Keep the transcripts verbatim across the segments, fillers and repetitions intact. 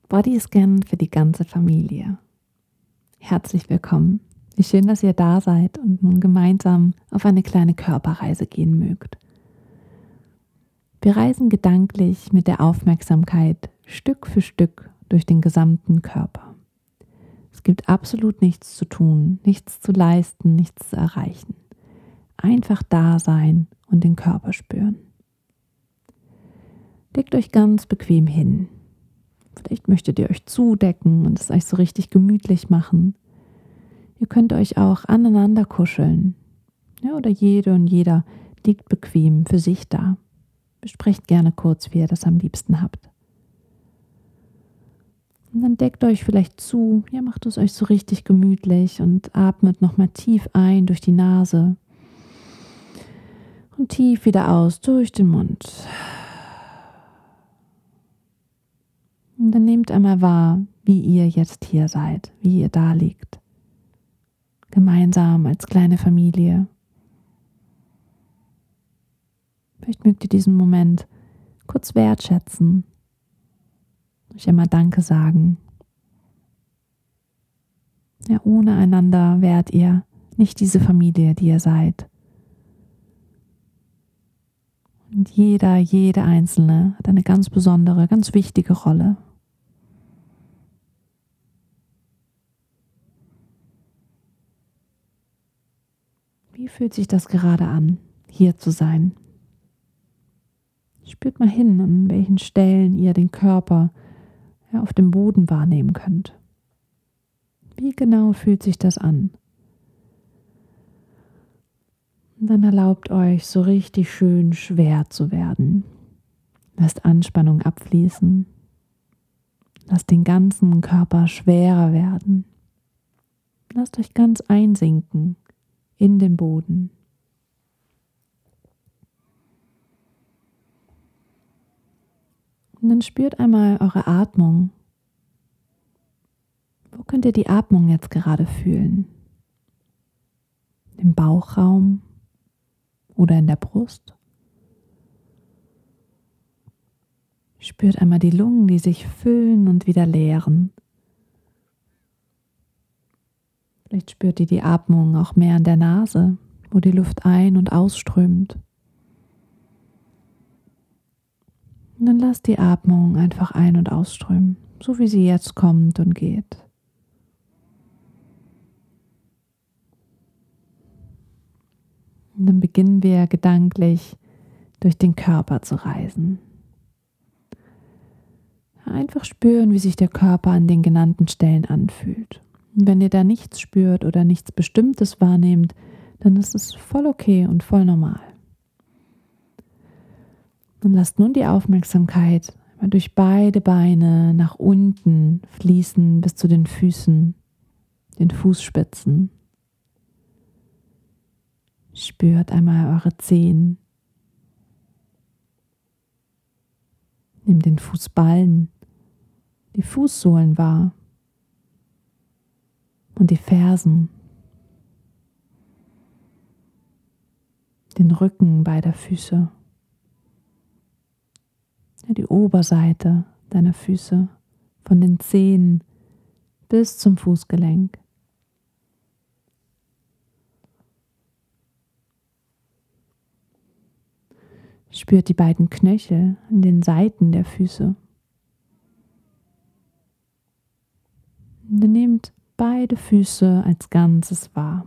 Bodyscan für die ganze Familie. Herzlich willkommen. Wie schön, dass ihr da seid und nun gemeinsam auf eine kleine Körperreise gehen mögt. Wir reisen gedanklich mit der Aufmerksamkeit Stück für Stück durch den gesamten Körper. Es gibt absolut nichts zu tun, nichts zu leisten, nichts zu erreichen. Einfach da sein und den Körper spüren. Legt euch ganz bequem hin. Vielleicht möchtet ihr euch zudecken und es euch so richtig gemütlich machen. Ihr könnt euch auch aneinander kuscheln. Ja, oder jede und jeder liegt bequem für sich da. Besprecht gerne kurz, wie ihr das am liebsten habt. Und dann deckt euch vielleicht zu, ja, macht es euch so richtig gemütlich und atmet nochmal tief ein durch die Nase und tief wieder aus durch den Mund. Und dann nehmt einmal wahr, wie ihr jetzt hier seid, wie ihr da liegt. Gemeinsam als kleine Familie. Vielleicht mögt ihr diesen Moment kurz wertschätzen. Euch einmal Danke sagen. Ja, ohne einander wärt ihr nicht diese Familie, die ihr seid. Und jeder, jede Einzelne hat eine ganz besondere, ganz wichtige Rolle. Wie fühlt sich das gerade an, hier zu sein? Spürt mal hin, an welchen Stellen ihr den Körper ja, auf dem Boden wahrnehmen könnt. Wie genau fühlt sich das an? Und dann erlaubt euch, so richtig schön schwer zu werden. Lasst Anspannung abfließen. Lasst den ganzen Körper schwerer werden. Lasst euch ganz einsinken in den Boden. Und dann spürt einmal eure Atmung. Wo könnt ihr die Atmung jetzt gerade fühlen? Im Bauchraum oder in der Brust? Spürt einmal die Lungen, die sich füllen und wieder leeren. Vielleicht spürt ihr die Atmung auch mehr in der Nase, wo die Luft ein- und ausströmt. Und dann lasst die Atmung einfach ein- und ausströmen, so wie sie jetzt kommt und geht. Und dann beginnen wir gedanklich durch den Körper zu reisen. Einfach spüren, wie sich der Körper an den genannten Stellen anfühlt. Und wenn ihr da nichts spürt oder nichts Bestimmtes wahrnehmt, dann ist es voll okay und voll normal. Und lasst nun die Aufmerksamkeit durch beide Beine nach unten fließen bis zu den Füßen, den Fußspitzen. Spürt einmal eure Zehen. Nehmt den Fußballen, die Fußsohlen wahr und die Fersen, den Rücken beider Füße, ja, die Oberseite deiner Füße, von den Zehen bis zum Fußgelenk. Spürt die beiden Knöchel an den Seiten der Füße. Und dann nehmt beide Füße als Ganzes wahr.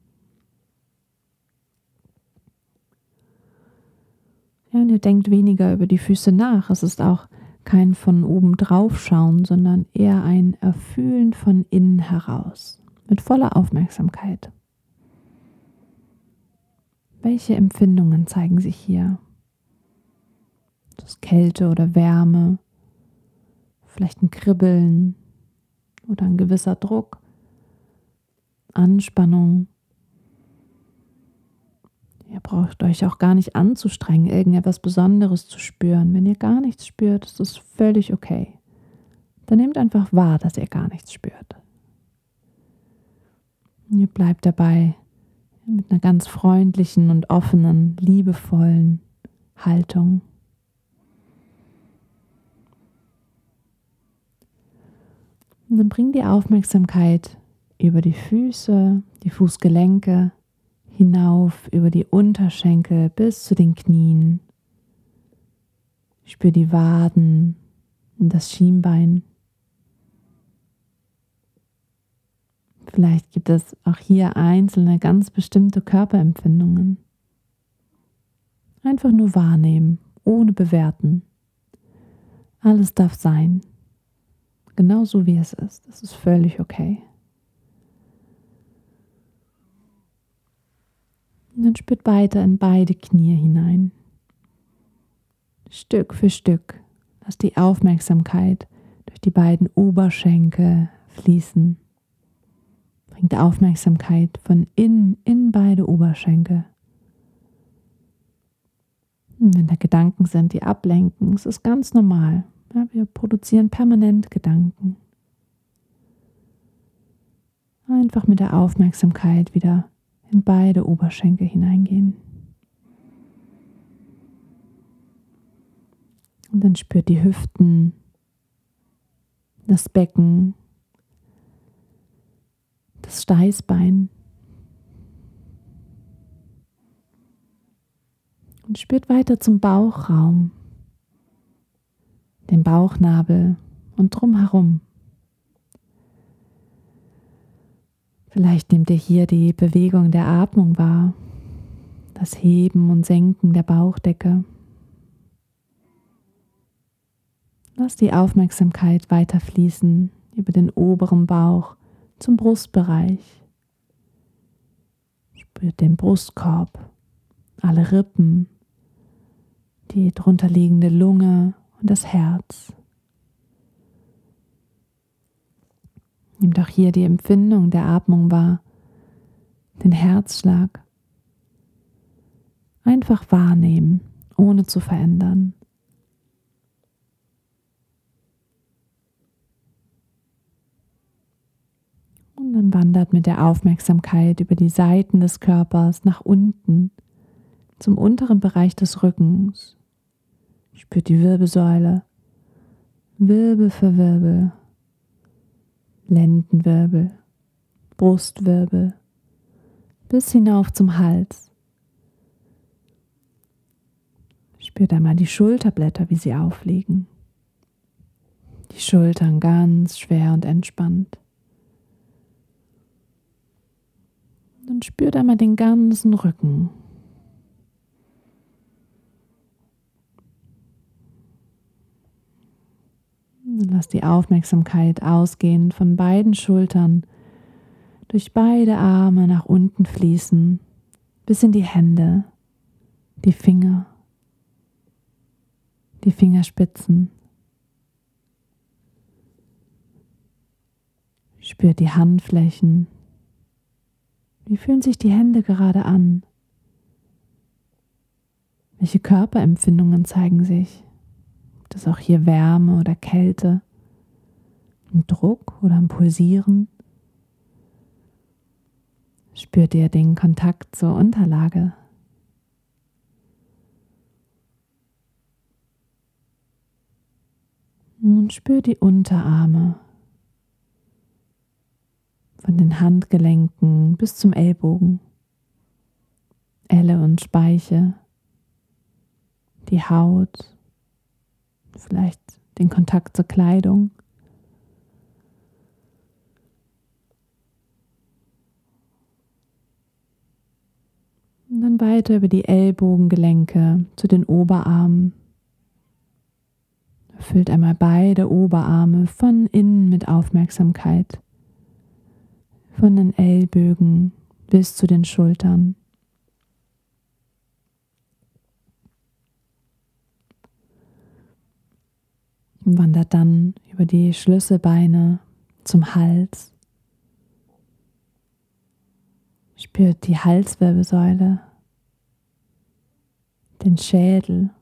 Ja, und ihr denkt weniger über die Füße nach. Es ist auch kein von oben drauf schauen, sondern eher ein Erfühlen von innen heraus. Mit voller Aufmerksamkeit. Welche Empfindungen zeigen sich hier? Das ist Kälte oder Wärme, vielleicht ein Kribbeln oder ein gewisser Druck, Anspannung. Ihr braucht euch auch gar nicht anzustrengen, irgendetwas Besonderes zu spüren. Wenn ihr gar nichts spürt, ist das völlig okay. Dann nehmt einfach wahr, dass ihr gar nichts spürt. Und ihr bleibt dabei mit einer ganz freundlichen und offenen, liebevollen Haltung. Und dann bring die Aufmerksamkeit über die Füße, die Fußgelenke, hinauf über die Unterschenkel bis zu den Knien. Spür die Waden und das Schienbein. Vielleicht gibt es auch hier einzelne ganz bestimmte Körperempfindungen. Einfach nur wahrnehmen, ohne bewerten. Alles darf sein, genauso wie es ist. Das ist völlig okay. Und dann spürt weiter in beide Knie hinein. Stück für Stück. Lass die Aufmerksamkeit durch die beiden Oberschenkel fließen. Bringt Aufmerksamkeit von innen in beide Oberschenkel. Und wenn da Gedanken sind, die ablenken, es ist ganz normal. Ja, wir produzieren permanent Gedanken. Einfach mit der Aufmerksamkeit wieder in beide Oberschenkel hineingehen. Und dann spürt die Hüften, das Becken, das Steißbein. Und spürt weiter zum Bauchraum, den Bauchnabel und drumherum. Vielleicht nehmt ihr hier die Bewegung der Atmung wahr, das Heben und Senken der Bauchdecke. Lass die Aufmerksamkeit weiter fließen über den oberen Bauch zum Brustbereich. Spürt den Brustkorb, alle Rippen, die drunter liegende Lunge und das Herz. Nehmt auch hier die Empfindung der Atmung wahr, den Herzschlag. Einfach wahrnehmen, ohne zu verändern. Und dann wandert mit der Aufmerksamkeit über die Seiten des Körpers nach unten zum unteren Bereich des Rückens. Spürt die Wirbelsäule, Wirbel für Wirbel, Lendenwirbel, Brustwirbel, bis hinauf zum Hals. Spürt einmal die Schulterblätter, wie sie aufliegen. Die Schultern ganz schwer und entspannt. Und spürt einmal den ganzen Rücken. Lass die Aufmerksamkeit ausgehen von beiden Schultern, durch beide Arme nach unten fließen, bis in die Hände, die Finger, die Fingerspitzen. Spürt die Handflächen. Wie fühlen sich die Hände gerade an? Welche Körperempfindungen zeigen sich? Gibt es auch hier Wärme oder Kälte, ein Druck oder ein Pulsieren? Spürt ihr den Kontakt zur Unterlage? Und spürt die Unterarme von den Handgelenken bis zum Ellbogen, Elle und Speiche, die Haut, vielleicht den Kontakt zur Kleidung. Und dann weiter über die Ellbogengelenke zu den Oberarmen. Füllt einmal beide Oberarme von innen mit Aufmerksamkeit. Von den Ellbögen bis zu den Schultern. Und wandert dann über die Schlüsselbeine zum Hals. Spürt die Halswirbelsäule, den Schädel,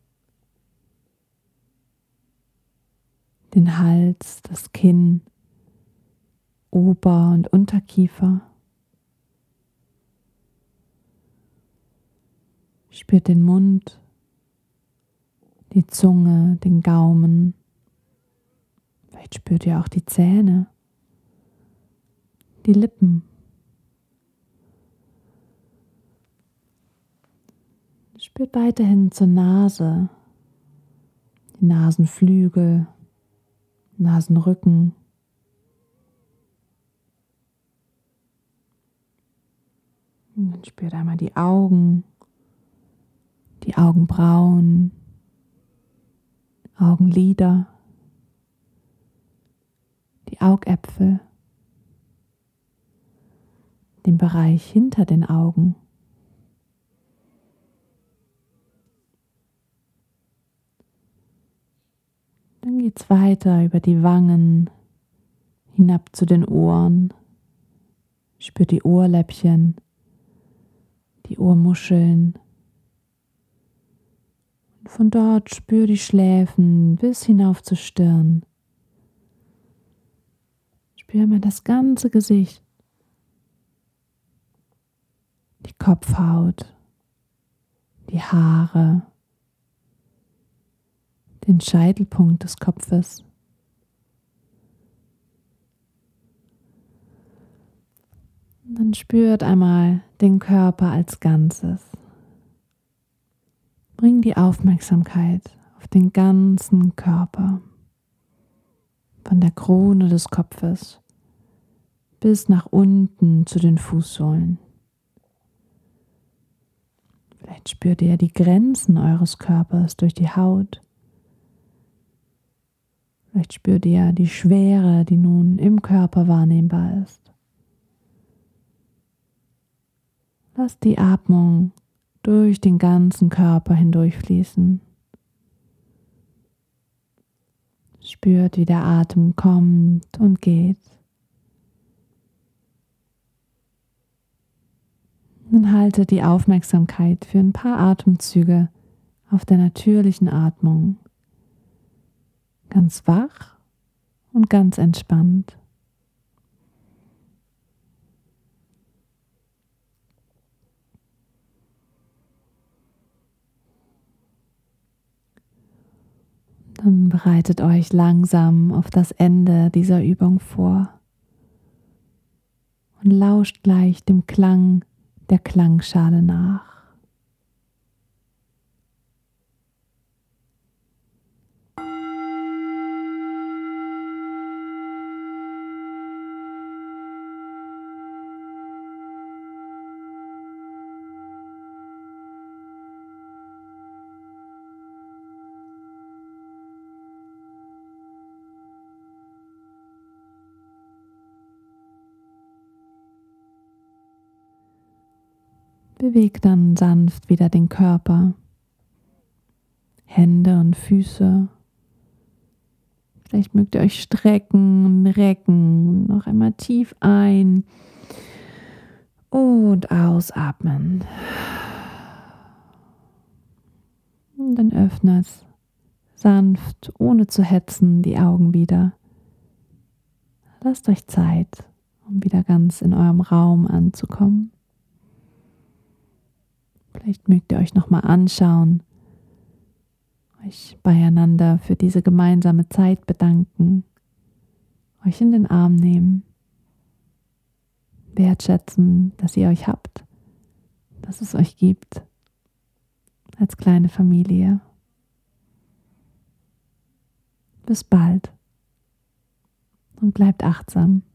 den Hals, das Kinn, Ober- und Unterkiefer. Spürt den Mund, die Zunge, den Gaumen, Vielleicht spürt ihr auch die Zähne, die Lippen. Spürt weiterhin zur Nase, die Nasenflügel, Nasenrücken. Und dann spürt einmal die Augen, die Augenbrauen, Augenlider, die Augäpfel, den Bereich hinter den Augen. Dann geht es weiter über die Wangen, hinab zu den Ohren. Spürt die Ohrläppchen, die Ohrmuscheln. Und von dort spür die Schläfen bis hinauf zur Stirn. Spür mal das ganze Gesicht, die Kopfhaut, die Haare, den Scheitelpunkt des Kopfes. Und dann spürt einmal den Körper als Ganzes. Bring die Aufmerksamkeit auf den ganzen Körper, von der Krone des Kopfes bis nach unten zu den Fußsohlen. Vielleicht spürt ihr die Grenzen eures Körpers durch die Haut. Vielleicht spürt ihr die Schwere, die nun im Körper wahrnehmbar ist. Lasst die Atmung durch den ganzen Körper hindurchfließen. Spürt, wie der Atem kommt und geht. Nun haltet die Aufmerksamkeit für ein paar Atemzüge auf der natürlichen Atmung. Ganz wach und ganz entspannt. Dann bereitet euch langsam auf das Ende dieser Übung vor und lauscht gleich dem Klang der Klangschale nach. Bewegt dann sanft wieder den Körper, Hände und Füße. Vielleicht mögt ihr euch strecken und recken. Noch einmal tief ein und ausatmen. Und dann öffnet sanft, ohne zu hetzen, die Augen wieder. Lasst euch Zeit, um wieder ganz in eurem Raum anzukommen. Vielleicht mögt ihr euch nochmal anschauen, euch beieinander für diese gemeinsame Zeit bedanken, euch in den Arm nehmen, wertschätzen, dass ihr euch habt, dass es euch gibt, als kleine Familie. Bis bald und bleibt achtsam.